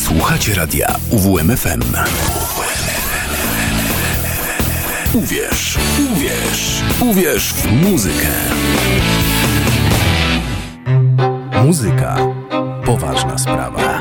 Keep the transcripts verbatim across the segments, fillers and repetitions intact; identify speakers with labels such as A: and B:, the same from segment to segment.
A: Słuchacie radia U W M F M. Uwierz, uwierz, uwierz w muzykę. Muzyka. Poważna sprawa.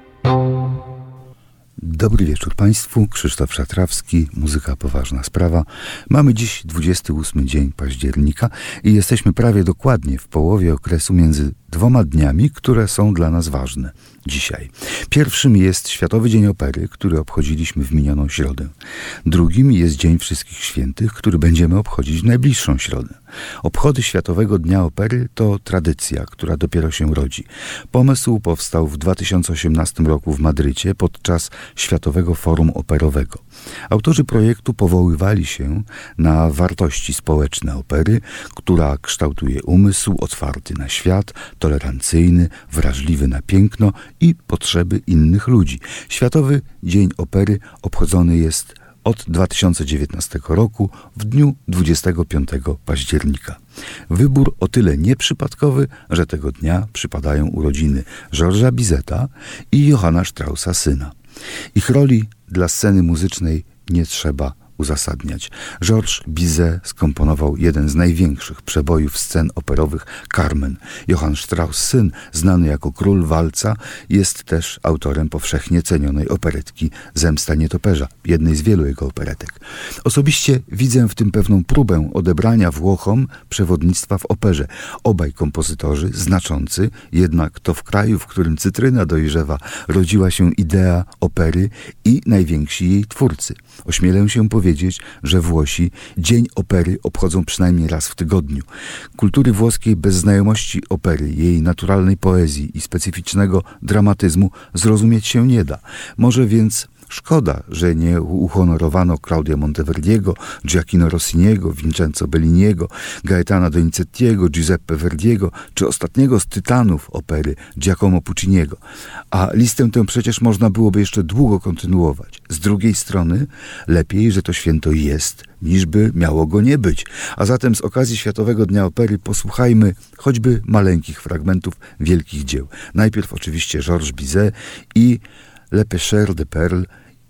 B: Dobry wieczór Państwu, Krzysztof Szatrawski, Muzyka Poważna Sprawa. Mamy dziś dwudziesty ósmy dzień października i jesteśmy prawie dokładnie w połowie okresu między dwoma dniami, które są dla nas ważne dzisiaj. Pierwszym jest Światowy Dzień Opery, który obchodziliśmy w minioną środę. Drugim jest Dzień Wszystkich Świętych, który będziemy obchodzić w najbliższą środę. Obchody Światowego Dnia Opery to tradycja, która dopiero się rodzi. Pomysł powstał w dwa tysiące osiemnastym roku w Madrycie podczas Światowego Forum Operowego. Autorzy projektu powoływali się na wartości społeczne opery, która kształtuje umysł otwarty na świat, tolerancyjny, wrażliwy na piękno i potrzeby innych ludzi. Światowy Dzień Opery obchodzony jest od dwa tysiące dziewiętnastego roku w dniu dwudziestego piątego października. Wybór o tyle nieprzypadkowy, że tego dnia przypadają urodziny Georgesa Bizeta i Johanna Straussa syna. Ich roli dla sceny muzycznej nie trzeba uzasadniać. Georges Bizet skomponował jeden z największych przebojów scen operowych Carmen. Johann Strauss syn, znany jako król walca, jest też autorem powszechnie cenionej operetki Zemsta nietoperza, jednej z wielu jego operetek. Osobiście widzę w tym pewną próbę odebrania Włochom przewodnictwa w operze. Obaj kompozytorzy, znaczący, jednak to w kraju, w którym cytryna dojrzewa, rodziła się idea opery i najwięksi jej twórcy. Ośmielę się powiedzieć, że Włosi Dzień Opery obchodzą przynajmniej raz w tygodniu. Kultury włoskiej bez znajomości opery, jej naturalnej poezji i specyficznego dramatyzmu zrozumieć się nie da. Może więc szkoda, że nie uhonorowano Claudia Monteverdiego, Gioacchino Rossiniego, Vincenzo Belliniego, Gaetana Donizettiego, Giuseppe Verdiego, czy ostatniego z tytanów opery, Giacomo Pucciniego. A listę tę przecież można byłoby jeszcze długo kontynuować. Z drugiej strony, lepiej, że to święto jest, niż by miało go nie być. A zatem z okazji Światowego Dnia Opery posłuchajmy choćby maleńkich fragmentów wielkich dzieł. Najpierw oczywiście Georges Bizet i Le Pêcheur de Perles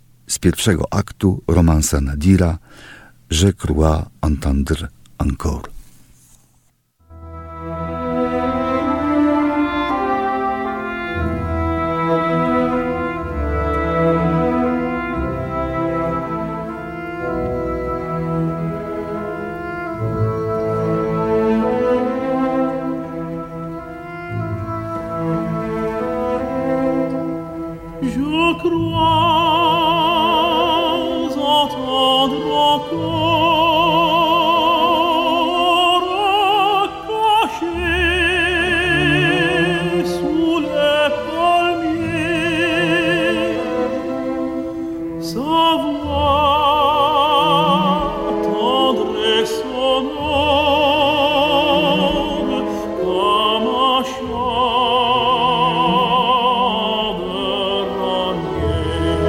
B: z pierwszego aktu romansa Nadira Je crois entendre encore.
C: Yeah.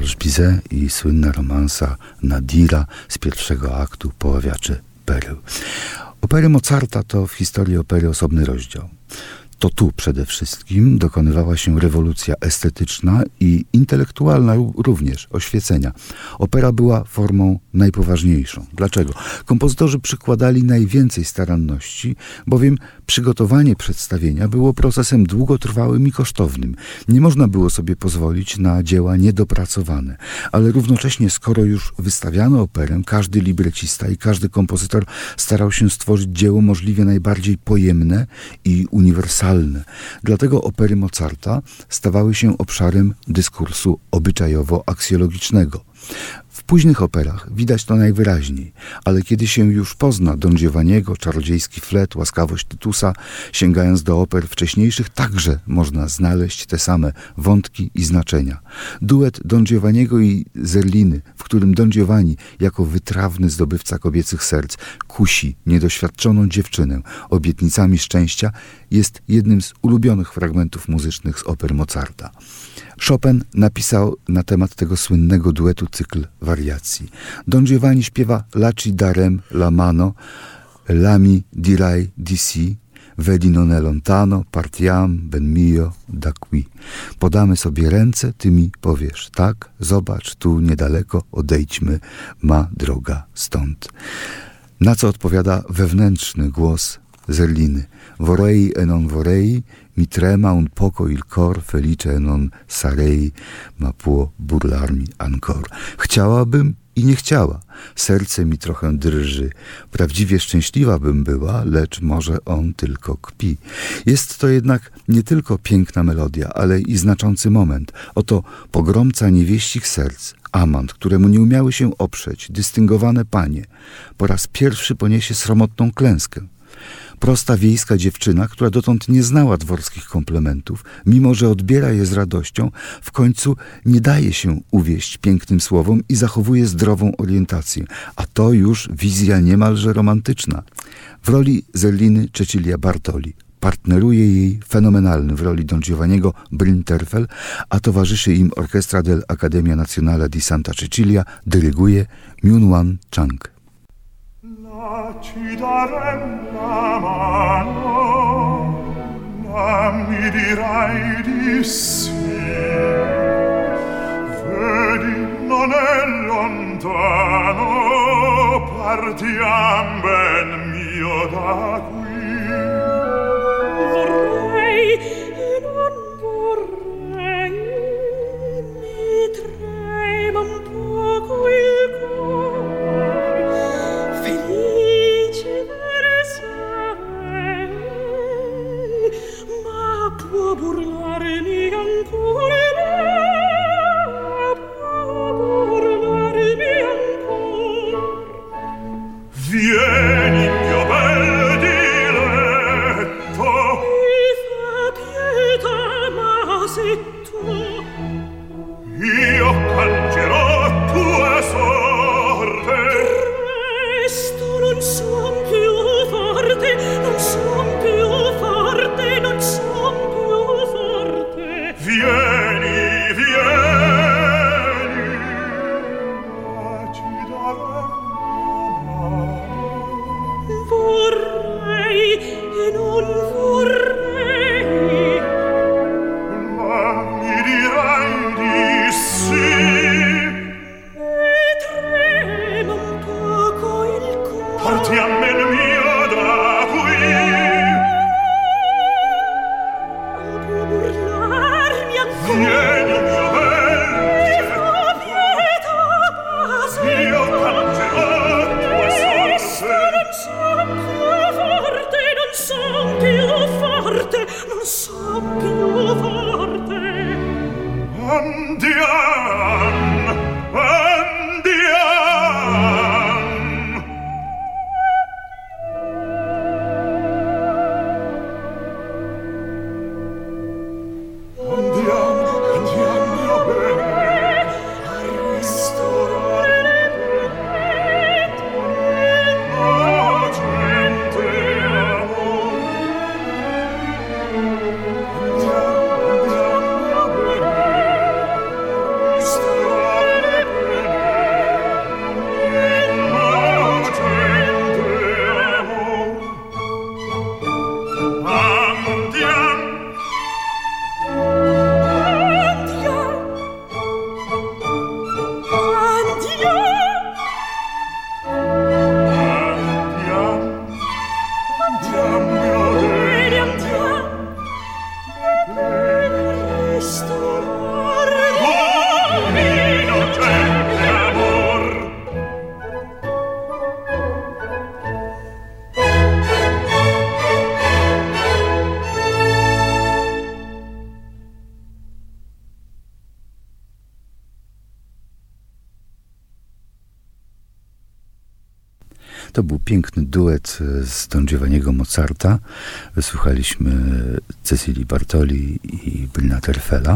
B: Georges Bizet i słynna romansa Nadira z pierwszego aktu Poławiaczy Pereł. Opery Mozarta to w historii opery osobny rozdział. To tu przede wszystkim dokonywała się rewolucja estetyczna i intelektualna również, oświecenia. Opera była formą najpoważniejszą. Dlaczego? Kompozytorzy przykładali najwięcej staranności, bowiem przygotowanie przedstawienia było procesem długotrwałym i kosztownym. Nie można było sobie pozwolić na dzieła niedopracowane, ale równocześnie, skoro już wystawiano operę, każdy librecista i każdy kompozytor starał się stworzyć dzieło możliwie najbardziej pojemne i uniwersalne. Dlatego opery Mozarta stawały się obszarem dyskursu obyczajowo-aksjologicznego. W późnych operach widać to najwyraźniej, ale kiedy się już pozna Don Giovanniego, Czarodziejski flet, Łaskawość Tytusa, sięgając do oper wcześniejszych, także można znaleźć te same wątki i znaczenia. Duet Don Giovanniego i Zerliny, w którym Don Giovanni jako wytrawny zdobywca kobiecych serc kusi niedoświadczoną dziewczynę obietnicami szczęścia, jest jednym z ulubionych fragmentów muzycznych z oper Mozarta. Chopin napisał na temat tego słynnego duetu cykl wariacji. Don Giovanni śpiewa La ci darem la mano, la mi dirai di si, vedi non è lontano, partiam ben mio da qui. Podamy sobie ręce, ty mi powiesz tak, zobacz, tu niedaleko, odejdźmy, ma droga stąd. Na co odpowiada wewnętrzny głos Zerliny. Vorrei e non vorrei, mi trema un poco il cor, felice e non sarei, ma può burlarmi ancor. Chciałabym i nie chciała. Serce mi trochę drży. Prawdziwie szczęśliwa bym była, lecz może on tylko kpi. Jest to jednak nie tylko piękna melodia, ale i znaczący moment. Oto pogromca niewieścich serc, amant, któremu nie umiały się oprzeć, dystyngowane panie, po raz pierwszy poniesie sromotną klęskę. Prosta wiejska dziewczyna, która dotąd nie znała dworskich komplementów, mimo że odbiera je z radością, w końcu nie daje się uwieść pięknym słowom i zachowuje zdrową orientację. A to już wizja niemalże romantyczna. W roli Zerliny Cecilia Bartoli. Partneruje jej fenomenalny w roli Don Giovanniego Brinterfel, a towarzyszy im Orchestra dell'Accademia Nazionale di Santa Cecilia, dyryguje Myung-Whun Chung.
C: Ci darem la mano, ma mi dirai di sì. Vedi, non è lontano, partiam ben mio da qui. Vorrei e non vorrei, mi trema un poco il cuore, felice può burlarmi ancora, può burlarmi ancora. Vieni, mio bel diletto, mi fa pietà, ma se tu io cangerò tua sorte. Presto non son più forte, non son più forte, non son. Vieni, vieni, ci darem la mano. Vorrei e non vorrei, ma mi dirai di sì. Mi trema un poco il cuore. Partiamo ben mio da qui. Vieni, mio bel, mi fa pietà, ma se io cangerò tua sorte. Non son più forte, non son più forte, non son più forte. Andiam, andiam.
B: To był piękny duet z Don Giovanniego Mozarta. Wysłuchaliśmy Cecilii Bartoli i Brina Terfela.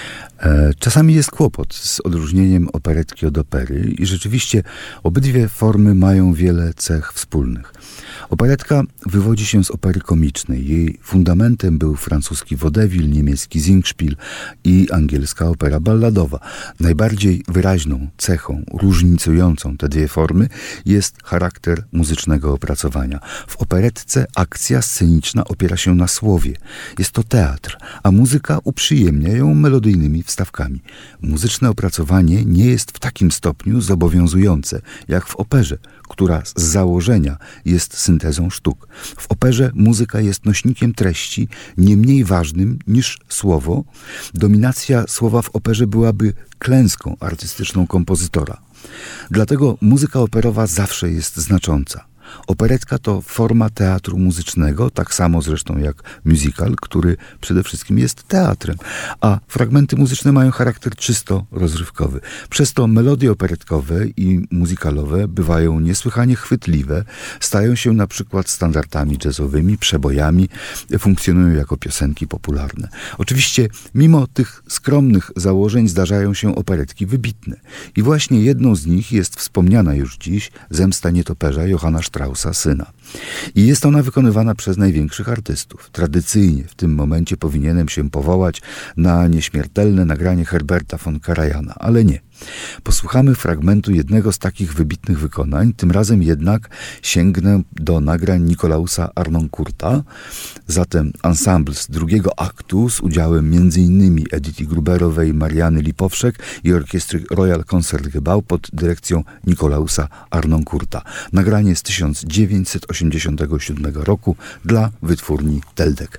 B: Czasami jest kłopot z odróżnieniem operetki od opery i rzeczywiście obydwie formy mają wiele cech wspólnych. Operetka wywodzi się z opery komicznej. Jej fundamentem był francuski vaudeville, niemiecki Singspiel i angielska opera balladowa. Najbardziej wyraźną cechą różnicującą te dwie formy jest charakter muzycznego opracowania. W operetce akcja sceniczna opiera się na słowie. Jest to teatr, a muzyka uprzyjemnia ją melodyjnymi wstawkami. Muzyczne opracowanie nie jest w takim stopniu zobowiązujące jak w operze, która z założenia jest syntezą sztuk. W operze muzyka jest nośnikiem treści nie mniej ważnym niż słowo. Dominacja słowa w operze byłaby klęską artystyczną kompozytora. Dlatego muzyka operowa zawsze jest znacząca. Operetka to forma teatru muzycznego, tak samo zresztą jak musical, który przede wszystkim jest teatrem, a fragmenty muzyczne mają charakter czysto rozrywkowy. Przez to melodie operetkowe i musicalowe bywają niesłychanie chwytliwe, stają się na przykład standardami jazzowymi, przebojami, funkcjonują jako piosenki popularne. Oczywiście mimo tych skromnych założeń zdarzają się operetki wybitne i właśnie jedną z nich jest wspomniana już dziś Zemsta nietoperza Johanna Straussa, syna. I jest ona wykonywana przez największych artystów. Tradycyjnie w tym momencie powinienem się powołać na nieśmiertelne nagranie Herberta von Karajana, ale nie. Posłuchamy fragmentu jednego z takich wybitnych wykonań, tym razem jednak sięgnę do nagrań Nikolausa Arnoncourta. Zatem ensemble z drugiego aktu z udziałem między innymi Edyty Gruberowej, Mariany Lipowszek i orkiestry Royal Concertgebouw pod dyrekcją Nikolausa Arnoncourta. Nagranie z tysiąc dziewięćset osiemdziesiątego siódmego roku dla wytwórni Teldec.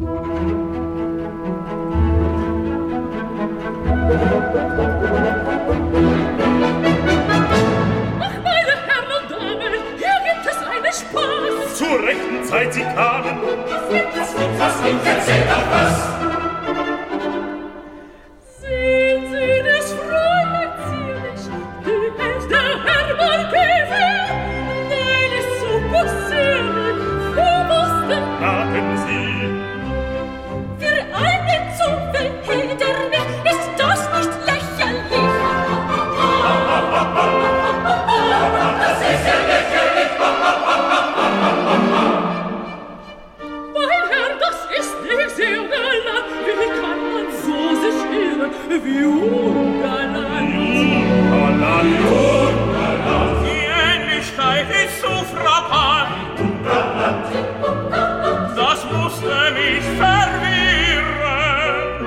C: Zur rechten Zeit sie kamen. Was gibt es, was gibt es, erzähl doch was! Sehen Sie das Fräulein zierlich, die hält der Herr Marchese? Nein, ist so possierlich, wo wussten haben Sie? Für einen zu verhedern, ist das nicht lächerlich? Das ist ja lächerlich! Mein Herr, das ist nicht sehr galant. Wie kann man so sich irren? Wie ungalant. Ungalant, ungalant. Die Ähnlichkeit ist so frappant. Ungalant. Das musste mich verwirren.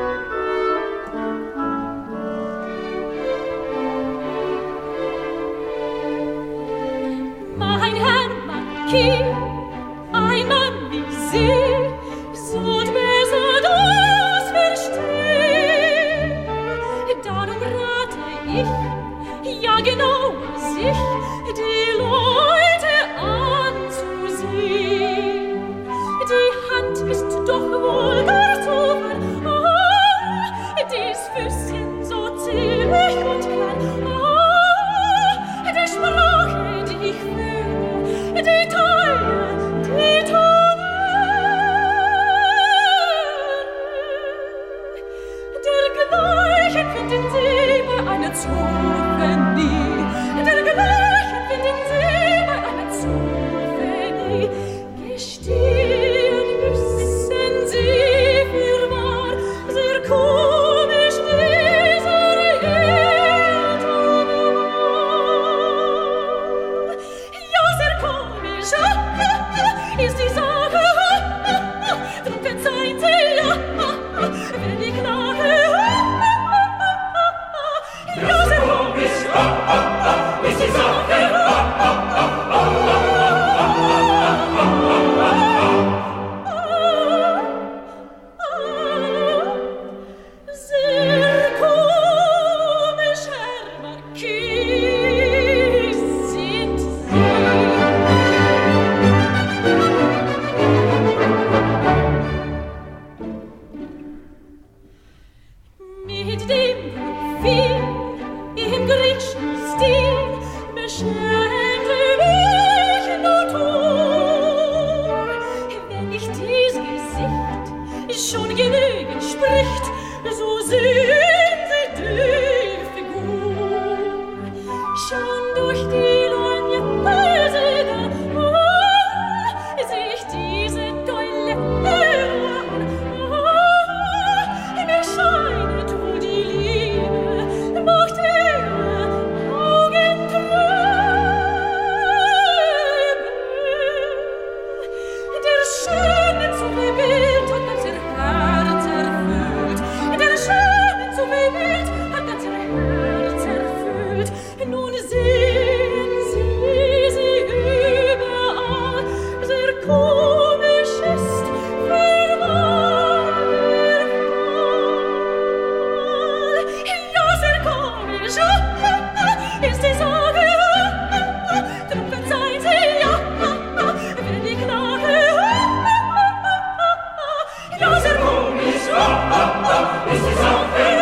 C: Mein Herr Marquis, ein Mann wie Sie, sollt besser das verstehen. Darum rate ich, ja genau sich, die Leute anzusehen. Die Hand ist doch wohl gar zu weit, ah, dies Füßchen so zierlich und klein, ah, die Sprache, die ich fühle, die Teile, die Töne.
D: schon genügend spricht, so sind sie die Figur. Schon durch die Lorgnette da, oh, seh ich diese Toilette an. Oh, mir scheinet, wo die Liebe macht ihre Augen trübe. Der schöne Zauberbild hat ganz ihr Herz erfüllt. Der schöne Zauberbild hat ganz ihr Herz erfüllt. Nun sehen Sie sie überall, sehr komisch ist, verwahr ihr Fall. Ja, sehr komisch ist die Sorge, drum verzeihen Sie, ja, wenn die Klage. Ja, sehr komisch ist die Sorge.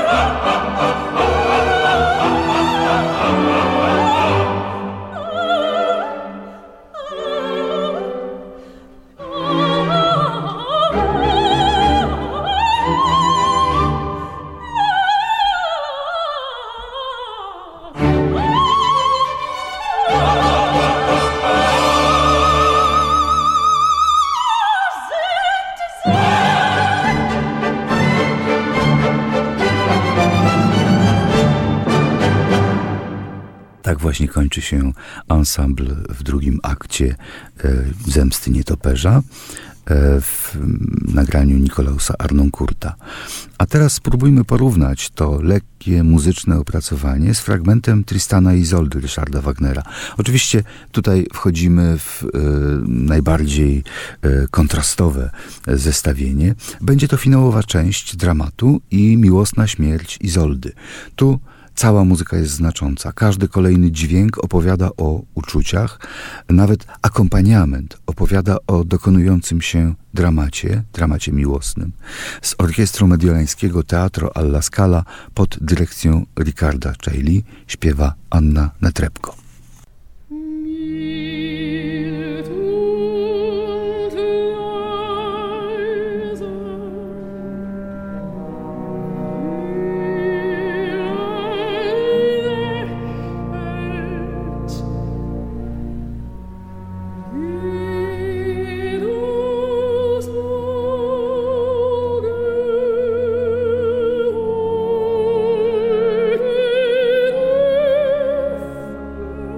B: Tak właśnie kończy się ensemble w drugim akcie e, Zemsty Nietoperza e, w nagraniu Nikolausa Arnoncourta. A teraz spróbujmy porównać to lekkie muzyczne opracowanie z fragmentem Tristana i Izoldy Ryszarda Wagnera. Oczywiście tutaj wchodzimy w e, najbardziej e, kontrastowe zestawienie. Będzie to finałowa część dramatu i miłosna śmierć Izoldy. Tu cała muzyka jest znacząca. Każdy kolejny dźwięk opowiada o uczuciach. Nawet akompaniament opowiada o dokonującym się dramacie, dramacie miłosnym. Z orkiestrą mediolańskiego Teatro alla Scala pod dyrekcją Ricarda Chailly śpiewa Anna Netrebko.
D: Oh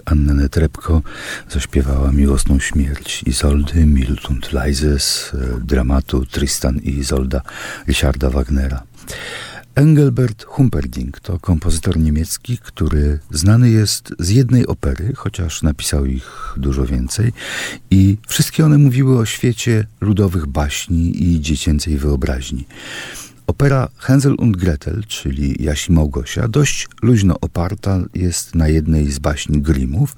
B: Anna Netrebko zaśpiewała miłosną śmierć Izoldy, Mild und Leise z dramatu Tristan i Izolda Richarda Wagnera. Engelbert Humperdinck to kompozytor niemiecki, który znany jest z jednej opery, chociaż napisał ich dużo więcej, i wszystkie one mówiły o świecie ludowych baśni i dziecięcej wyobraźni. Opera Hänsel und Gretel, czyli Jaś i Małgosia, dość luźno oparta jest na jednej z baśni Grimmów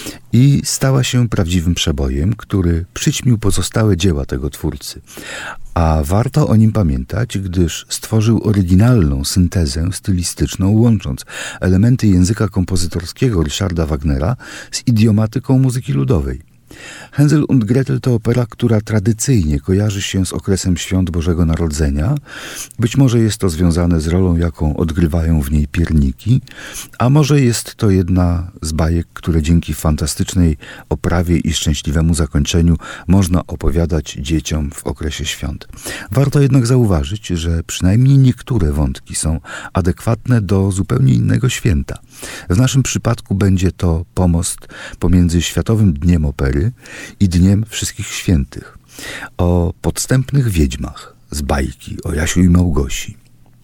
B: i stała się prawdziwym przebojem, który przyćmił pozostałe dzieła tego twórcy. A warto o nim pamiętać, gdyż stworzył oryginalną syntezę stylistyczną, łącząc elementy języka kompozytorskiego Richarda Wagnera z idiomatyką muzyki ludowej. Hänsel und Gretel to opera, która tradycyjnie kojarzy się z okresem świąt Bożego Narodzenia. Być może jest to związane z rolą, jaką odgrywają w niej pierniki, a może jest to jedna z bajek, które dzięki fantastycznej oprawie i szczęśliwemu zakończeniu można opowiadać dzieciom w okresie świąt. Warto jednak zauważyć, że przynajmniej niektóre wątki są adekwatne do zupełnie innego święta. W naszym przypadku będzie to pomost pomiędzy Światowym Dniem Opery i Dniem Wszystkich Świętych. O podstępnych wiedźmach z bajki o Jasiu i Małgosi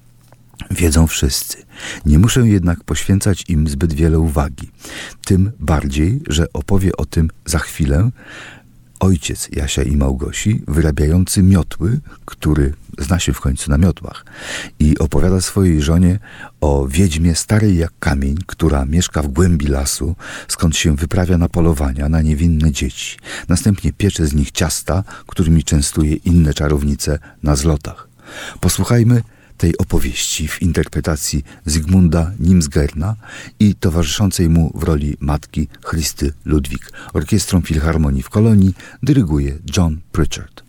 B: wiedzą wszyscy. Nie muszę jednak poświęcać im zbyt wiele uwagi. Tym bardziej, że opowie o tym za chwilę ojciec Jasia i Małgosi, wyrabiający miotły, który zna się w końcu na miotłach i opowiada swojej żonie o wiedźmie starej jak kamień, która mieszka w głębi lasu, skąd się wyprawia na polowania na niewinne dzieci. Następnie piecze z nich ciasta, którymi częstuje inne czarownice na zlotach. Posłuchajmy tej opowieści w interpretacji Zygmunda Nimsgerna i towarzyszącej mu w roli matki Christy Ludwig. Orkiestrą Filharmonii w Kolonii dyryguje John Pritchard.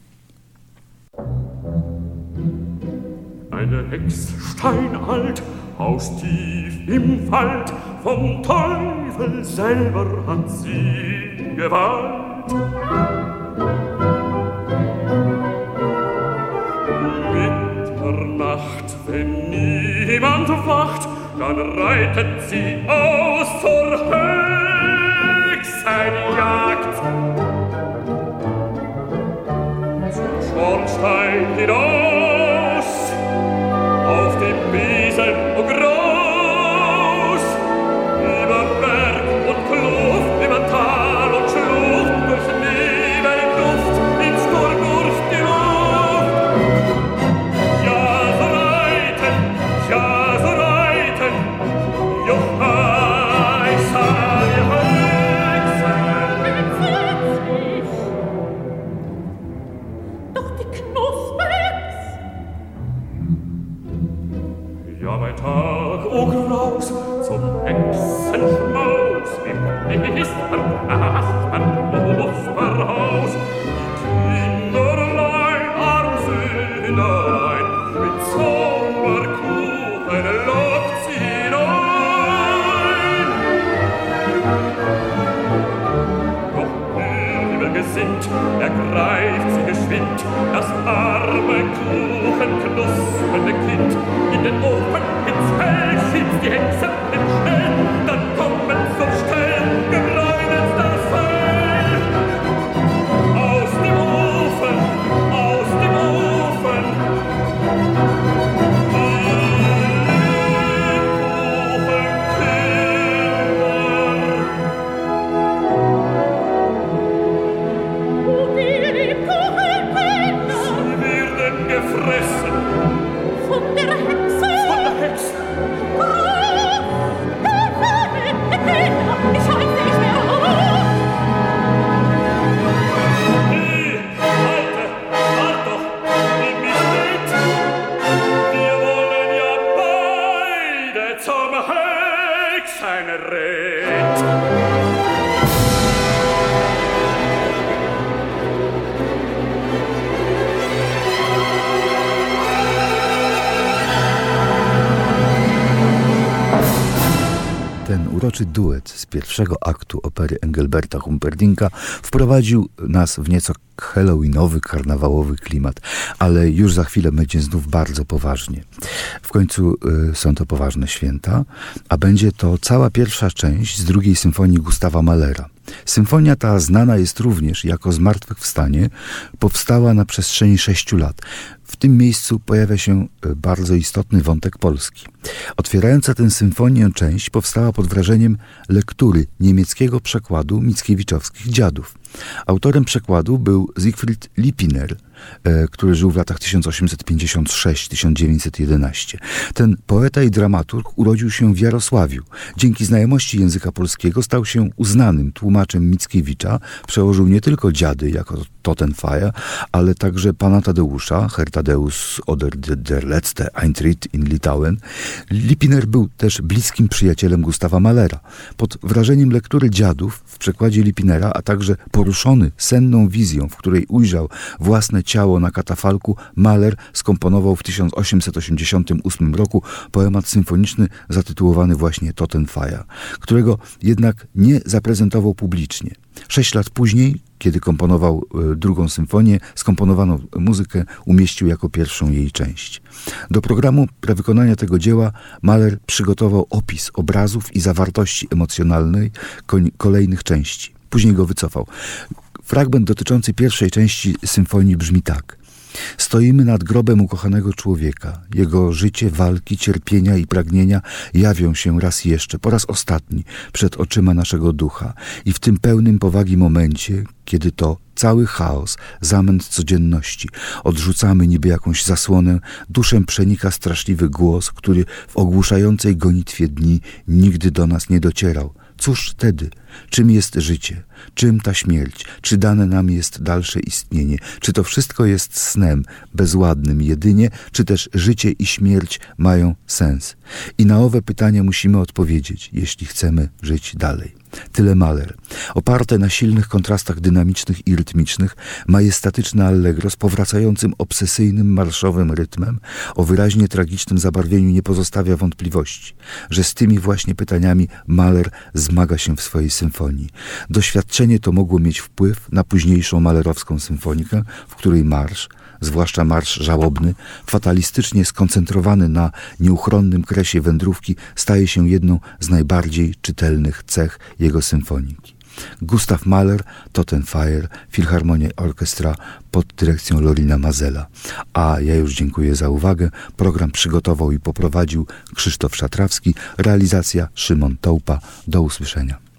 C: Eine Hex steinalt, haustief im Wald, vom Teufel selber hat sie Gewalt. Mitternacht, wenn niemand wacht, dann reitet sie aus zur Hexenjagd. Zum Schornstein hinaus, auf dem Besen und Graus, über Berg und Kluft, über Tal und Schlucht, durch Nebel, Luft, ins Tor, durch die Luft. Ja, so reiten, ja, so reiten, Jochai, sei Hexen.
D: Doch die Knuspels.
C: Ja, bei Tag, o Graus, zum Hexenschmaus, im Knispern, Knusperhaus, die Kinderlein, Armsühnerein, mit Zauberkuchen lockt sie hinein. Doch übelgesinnt ergreift sie geschwind das arme, kuchenknuspernde Kind. In den Ofen, ins Fell schiebt die Hexe im Schnell, dann kommen zum Stell gebräunet das Fell. Aus dem Ofen, aus dem Ofen, die Kuchenkinder. Sie werden gefressen
D: Von der Hexe.
C: von der Hexe.
D: Graf, der
B: uroczy duet z pierwszego aktu opery Engelberta Humperdincka wprowadził nas w nieco halloweenowy, karnawałowy klimat, ale już za chwilę będzie znów bardzo poważnie. W końcu y, są to poważne święta, a będzie to cała pierwsza część z drugiej symfonii Gustawa Mahlera. Symfonia ta znana jest również jako Zmartwychwstanie, powstała na przestrzeni sześciu lat. W tym miejscu pojawia się bardzo istotny wątek polski. Otwierająca tę symfonię część powstała pod wrażeniem lektury niemieckiego przekładu Mickiewiczowskich Dziadów. Autorem przekładu był Siegfried Lipiner, który żył w latach tysiąc osiemset pięćdziesiąt sześć do tysiąc dziewięćset jedenaście. Ten poeta i dramaturg urodził się w Jarosławiu. Dzięki znajomości języka polskiego stał się uznanym tłumaczem Mickiewicza. Przełożył nie tylko Dziady jako Totenfeier, ale także Pana Tadeusza, Herr Tadeusz oder der letzte Eintritt in Litauen. Lipiner był też bliskim przyjacielem Gustawa Mahlera. Pod wrażeniem lektury Dziadów w przekładzie Lipinera, a także poruszony senną wizją, w której ujrzał własne ciało na katafalku, Mahler skomponował w tysiąc osiemset osiemdziesiątym ósmym roku poemat symfoniczny zatytułowany właśnie Totenfeier, którego jednak nie zaprezentował publicznie. Sześć lat później, kiedy komponował e, drugą symfonię, skomponowaną muzykę umieścił jako pierwszą jej część. Do programu wykonania tego dzieła Mahler przygotował opis obrazów i zawartości emocjonalnej kolejnych części. Później go wycofał. Fragment dotyczący pierwszej części symfonii brzmi tak. Stoimy nad grobem ukochanego człowieka. Jego życie, walki, cierpienia i pragnienia jawią się raz jeszcze, po raz ostatni, przed oczyma naszego ducha. I w tym pełnym powagi momencie, kiedy to cały chaos, zamęt codzienności, odrzucamy niby jakąś zasłonę, duszę przenika straszliwy głos, który w ogłuszającej gonitwie dni nigdy do nas nie docierał. Cóż wtedy? Czym jest życie? Czym ta śmierć? Czy dane nam jest dalsze istnienie? Czy to wszystko jest snem, bezładnym jedynie? Czy też życie i śmierć mają sens? I na owe pytania musimy odpowiedzieć, jeśli chcemy żyć dalej. Tyle Mahler. Oparte na silnych kontrastach dynamicznych i rytmicznych, majestatyczne allegro z powracającym obsesyjnym marszowym rytmem o wyraźnie tragicznym zabarwieniu nie pozostawia wątpliwości, że z tymi właśnie pytaniami Mahler zmaga się w swojej symfonii. Doświadczenie to mogło mieć wpływ na późniejszą mahlerowską symfonikę, w której marsz, zwłaszcza marsz żałobny, fatalistycznie skoncentrowany na nieuchronnym kresie wędrówki, staje się jedną z najbardziej czytelnych cech jego symfoniki. Gustav Mahler, Totenfeier, Philharmonia Orchestra pod dyrekcją Lorina Mazela. A ja już dziękuję za uwagę. Program przygotował i poprowadził Krzysztof Szatrawski, realizacja Szymon Tołpa. Do usłyszenia.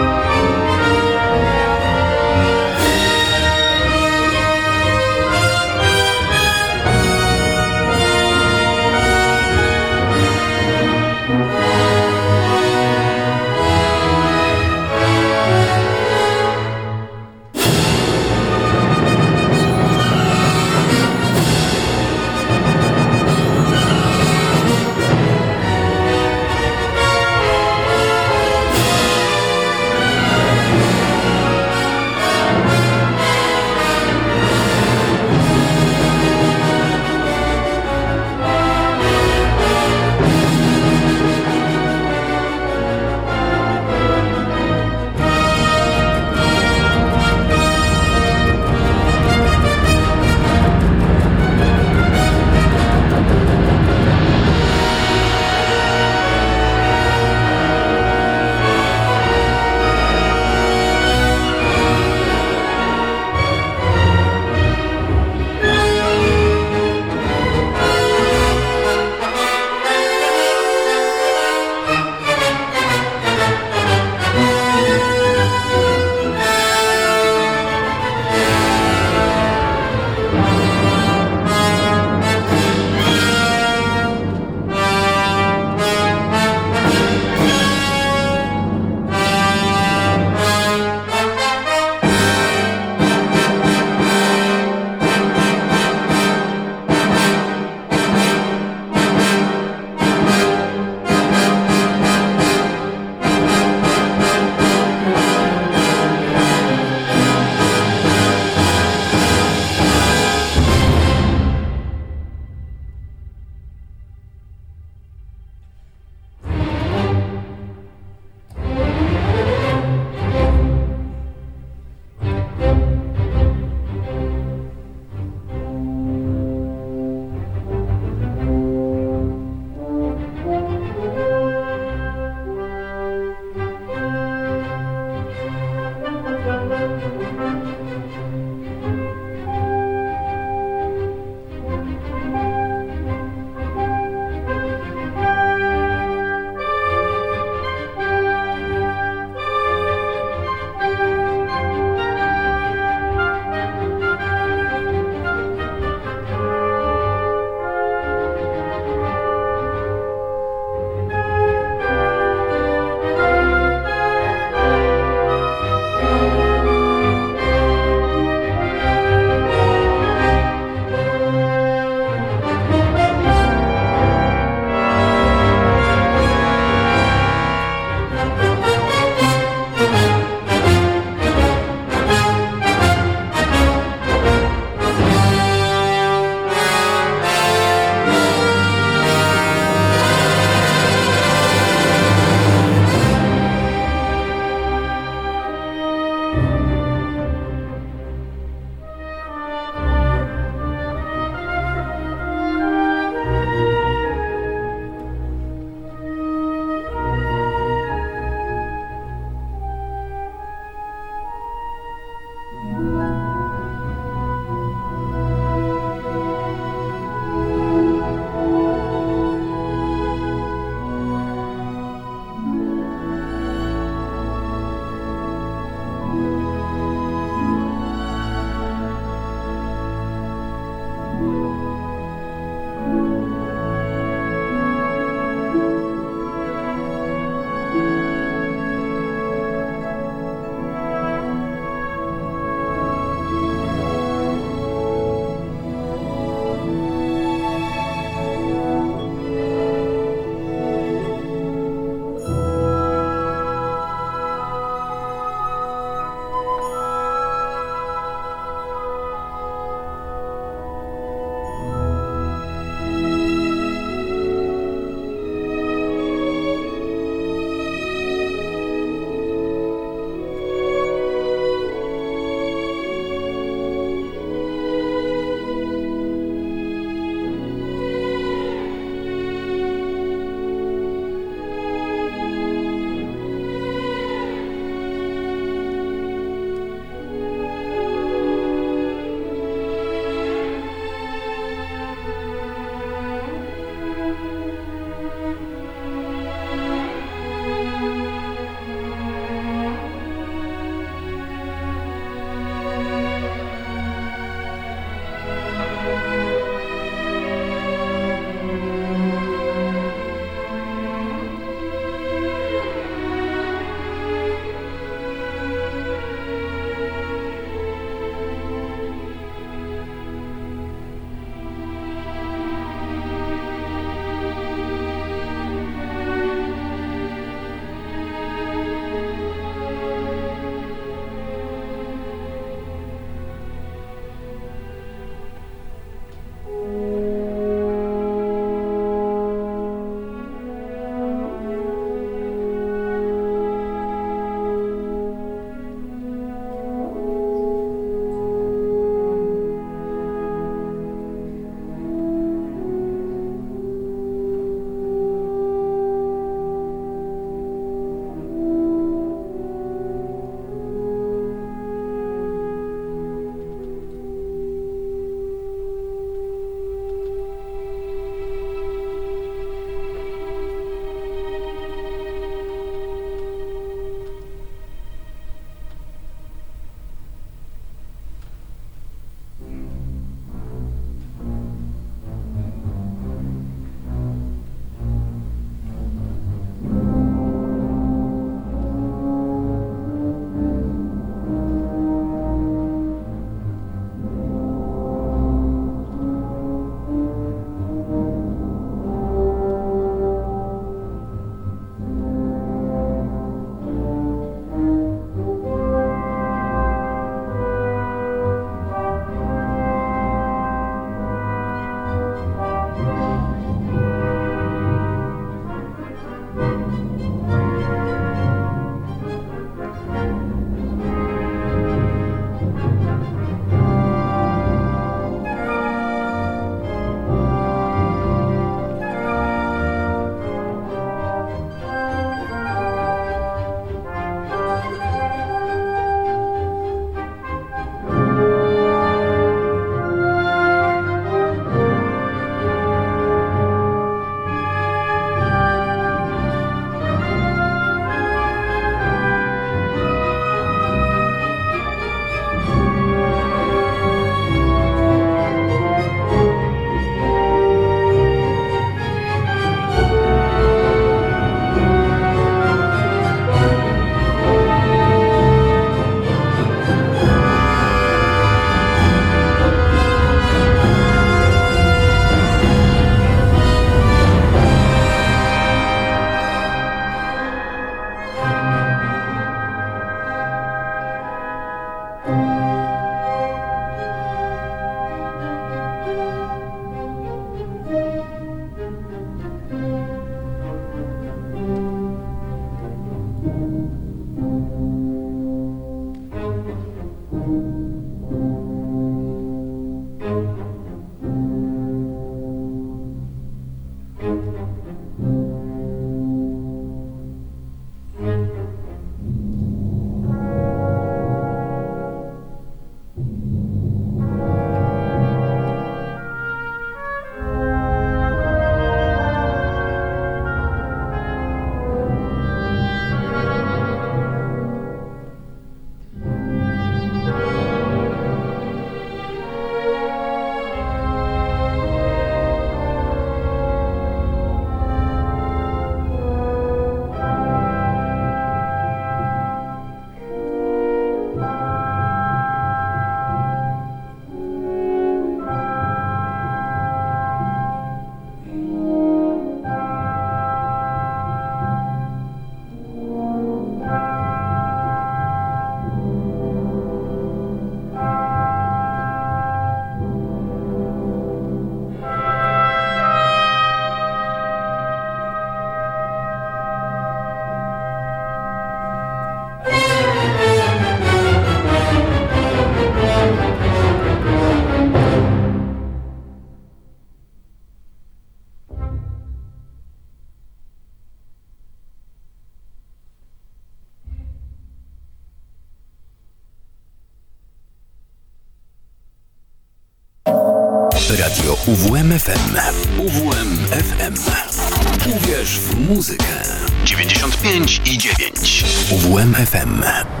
A: Radio U W M F M. U W M F M. Uwierz w muzykę. dziewięćdziesiąt pięć i dziewięć. U W M F M.